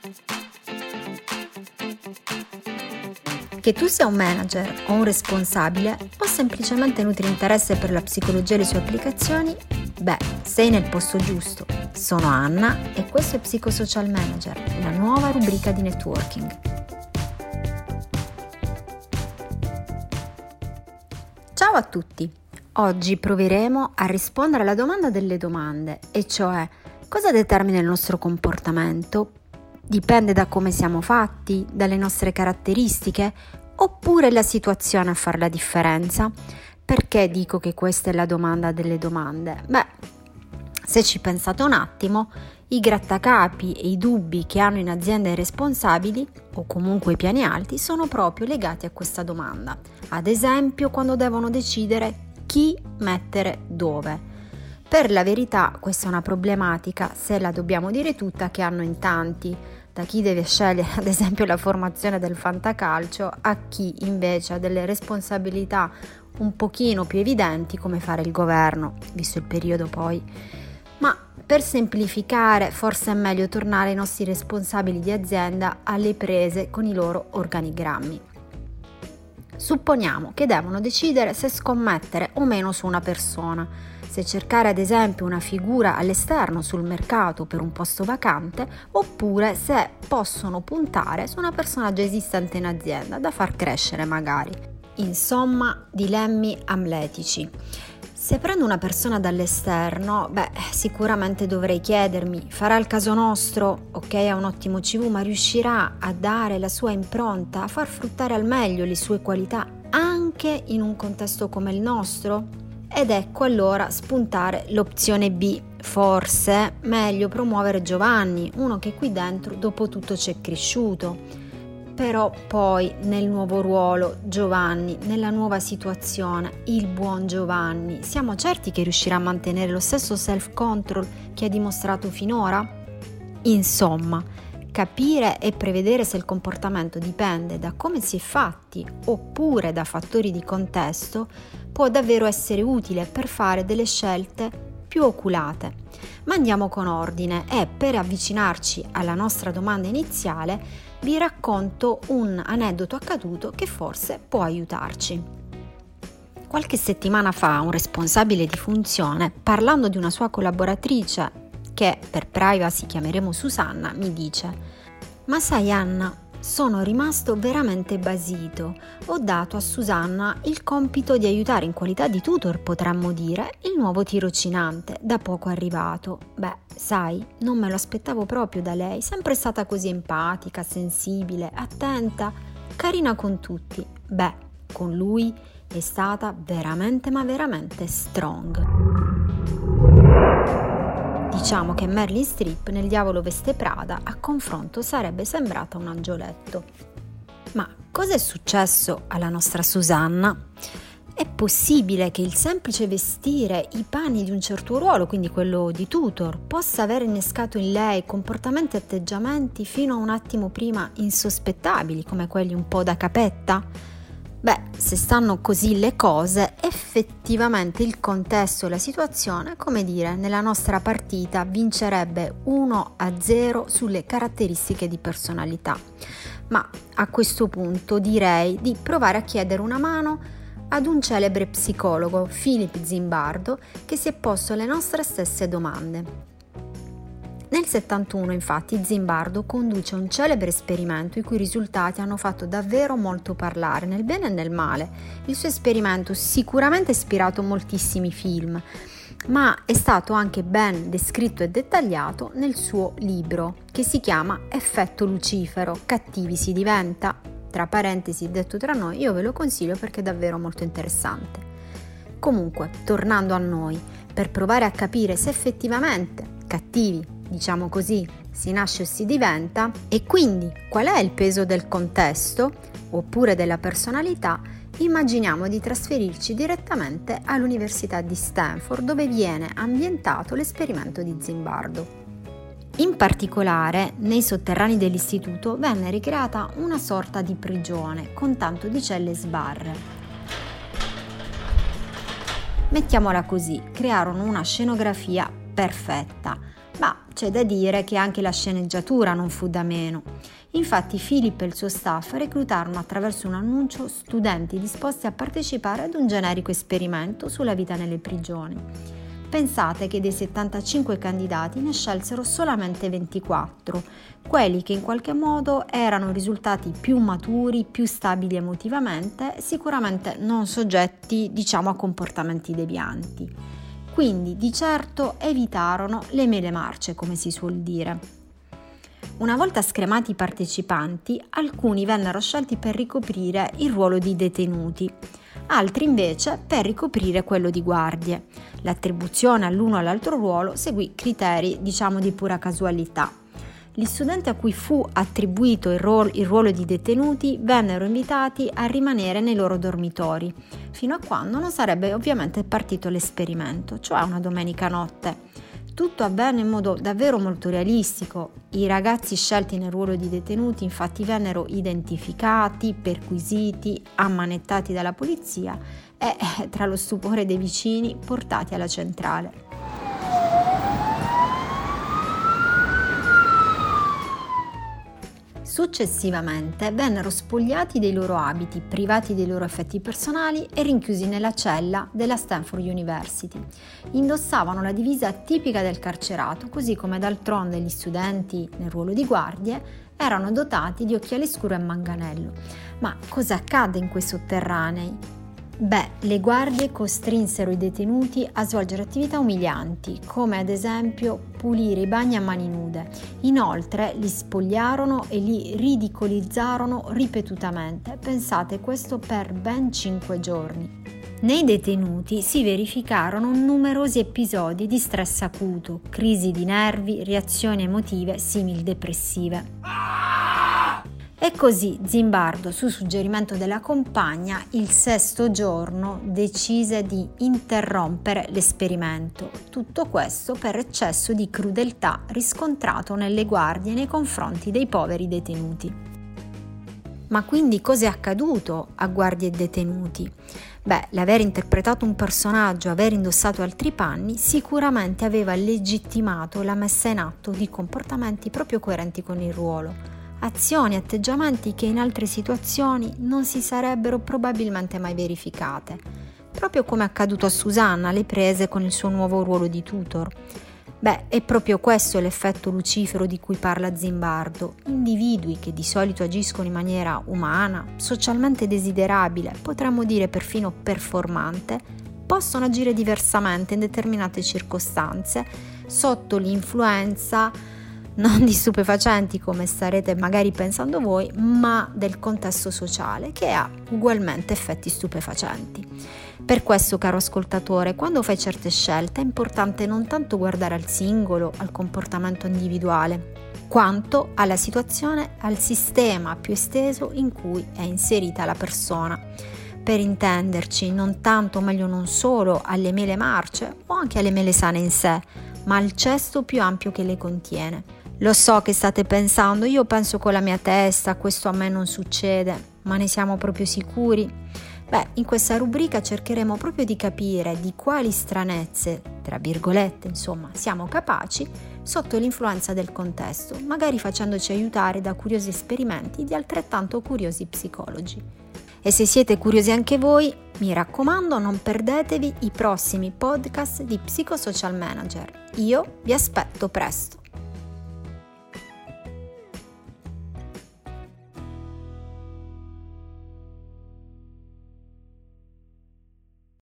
Che tu sia un manager o un responsabile o semplicemente nutri interesse per la psicologia e le sue applicazioni, sei nel posto giusto. Sono Anna e questo è Psicosocial Manager, la nuova rubrica di networking. Ciao a tutti! Oggi proveremo a rispondere alla domanda delle domande, e cioè cosa determina il nostro comportamento? Dipende da come siamo fatti, dalle nostre caratteristiche, oppure è la situazione a fare la differenza? Perché dico che questa è la domanda delle domande? Se ci pensate un attimo, i grattacapi e i dubbi che hanno in azienda i responsabili, o comunque i piani alti, sono proprio legati a questa domanda. Ad esempio, quando devono decidere chi mettere dove. Per la verità, questa è una problematica, se la dobbiamo dire tutta, che hanno in tanti, da chi deve scegliere ad esempio la formazione del fantacalcio a chi invece ha delle responsabilità un pochino più evidenti come fare il governo, visto il periodo poi. Ma per semplificare forse è meglio tornare ai nostri responsabili di azienda alle prese con i loro organigrammi. Supponiamo che devono decidere se scommettere o meno su una persona, se cercare ad esempio una figura all'esterno sul mercato per un posto vacante, oppure se possono puntare su una persona già esistente in azienda da far crescere magari. Insomma, dilemmi amletici. Se prendo una persona dall'esterno, sicuramente dovrei chiedermi, farà il caso nostro? Ok, ha un ottimo CV, ma riuscirà a dare la sua impronta, a far fruttare al meglio le sue qualità anche in un contesto come il nostro? Ed ecco allora spuntare l'opzione B, forse meglio promuovere Giovanni, uno che qui dentro dopo tutto c'è cresciuto. Però poi nel nuovo ruolo Giovanni, nella nuova situazione, il buon Giovanni, siamo certi che riuscirà a mantenere lo stesso self-control che ha dimostrato finora? Insomma, capire e prevedere se il comportamento dipende da come si è fatti oppure da fattori di contesto può davvero essere utile per fare delle scelte più oculate. Ma andiamo con ordine e per avvicinarci alla nostra domanda iniziale vi racconto un aneddoto accaduto che forse può aiutarci. Qualche settimana fa un responsabile di funzione, parlando di una sua collaboratrice che per privacy chiameremo Susanna, mi dice: "Ma sai Anna, sono rimasto veramente basito. Ho dato a Susanna il compito di aiutare in qualità di tutor, potremmo dire, il nuovo tirocinante, da poco arrivato. Sai, non me lo aspettavo proprio da lei, sempre stata così empatica, sensibile, attenta, carina con tutti. Con lui è stata veramente ma veramente strong." Diciamo che Meryl Streep nel Diavolo veste Prada a confronto sarebbe sembrata un angioletto. Ma cosa è successo alla nostra Susanna? È possibile che il semplice vestire i panni di un certo ruolo, quindi quello di tutor, possa aver innescato in lei comportamenti e atteggiamenti fino a un attimo prima insospettabili, come quelli un po' da capetta? Se stanno così le cose, effettivamente il contesto e la situazione, come dire, nella nostra partita vincerebbe 1-0 sulle caratteristiche di personalità. Ma a questo punto direi di provare a chiedere una mano ad un celebre psicologo, Philip Zimbardo, che si è posto le nostre stesse domande. Nel 71, infatti, Zimbardo conduce un celebre esperimento i cui risultati hanno fatto davvero molto parlare, nel bene e nel male. Il suo esperimento sicuramente ha ispirato moltissimi film, ma è stato anche ben descritto e dettagliato nel suo libro, che si chiama Effetto Lucifero, cattivi si diventa. Tra parentesi, detto tra noi, io ve lo consiglio perché è davvero molto interessante. Comunque, tornando a noi, per provare a capire se effettivamente cattivi, diciamo così, si nasce o si diventa, e quindi qual è il peso del contesto oppure della personalità, immaginiamo di trasferirci direttamente all'Università di Stanford, dove viene ambientato l'esperimento di Zimbardo. In particolare, nei sotterranei dell'istituto venne ricreata una sorta di prigione con tanto di celle sbarre. Mettiamola così, crearono una scenografia perfetta. Ma c'è da dire che anche la sceneggiatura non fu da meno. Infatti Philip e il suo staff reclutarono attraverso un annuncio studenti disposti a partecipare ad un generico esperimento sulla vita nelle prigioni. Pensate che dei 75 candidati ne scelsero solamente 24, quelli che in qualche modo erano risultati più maturi, più stabili emotivamente, sicuramente non soggetti, a comportamenti devianti. Quindi di certo evitarono le mele marce, come si suol dire. Una volta scremati i partecipanti, alcuni vennero scelti per ricoprire il ruolo di detenuti, altri invece per ricoprire quello di guardie. L'attribuzione all'uno o all'altro ruolo seguì criteri, di pura casualità. Gli studenti a cui fu attribuito il ruolo di detenuti vennero invitati a rimanere nei loro dormitori, fino a quando non sarebbe ovviamente partito l'esperimento, cioè una domenica notte. Tutto avvenne in modo davvero molto realistico. I ragazzi scelti nel ruolo di detenuti infatti vennero identificati, perquisiti, ammanettati dalla polizia e, tra lo stupore dei vicini, portati alla centrale. Successivamente vennero spogliati dei loro abiti, privati dei loro effetti personali e rinchiusi nella cella della Stanford University. Indossavano la divisa tipica del carcerato, così come d'altronde gli studenti nel ruolo di guardie erano dotati di occhiali scuro e manganello. Ma cosa accadde in quei sotterranei? Le guardie costrinsero i detenuti a svolgere attività umilianti, come ad esempio pulire i bagni a mani nude. Inoltre li spogliarono e li ridicolizzarono ripetutamente. Pensate, questo per ben 5 giorni. Nei detenuti si verificarono numerosi episodi di stress acuto, crisi di nervi, reazioni emotive simil-depressive. E così Zimbardo, su suggerimento della compagna, il 6° giorno decise di interrompere l'esperimento. Tutto questo per eccesso di crudeltà riscontrato nelle guardie nei confronti dei poveri detenuti. Ma quindi cosa è accaduto a guardie e detenuti? L'aver interpretato un personaggio, aver indossato altri panni, sicuramente aveva legittimato la messa in atto di comportamenti proprio coerenti con il ruolo. Azioni, atteggiamenti che in altre situazioni non si sarebbero probabilmente mai verificate, proprio come è accaduto a Susanna alle prese con il suo nuovo ruolo di tutor. È proprio questo l'effetto lucifero di cui parla Zimbardo. Individui che di solito agiscono in maniera umana, socialmente desiderabile, potremmo dire perfino performante, possono agire diversamente in determinate circostanze, sotto l'influenza non di stupefacenti come starete magari pensando voi, ma del contesto sociale che ha ugualmente effetti stupefacenti. Per questo, caro ascoltatore, quando fai certe scelte è importante non tanto guardare al singolo, al comportamento individuale, quanto alla situazione, al sistema più esteso in cui è inserita la persona. Per intenderci, non tanto, meglio non solo alle mele marce o anche alle mele sane in sé, ma al cesto più ampio che le contiene. Lo so che state pensando, io penso con la mia testa, questo a me non succede, ma ne siamo proprio sicuri? In questa rubrica cercheremo proprio di capire di quali stranezze, tra virgolette, siamo capaci sotto l'influenza del contesto, magari facendoci aiutare da curiosi esperimenti di altrettanto curiosi psicologi. E se siete curiosi anche voi, mi raccomando, non perdetevi i prossimi podcast di Psicosocial Manager. Io vi aspetto presto.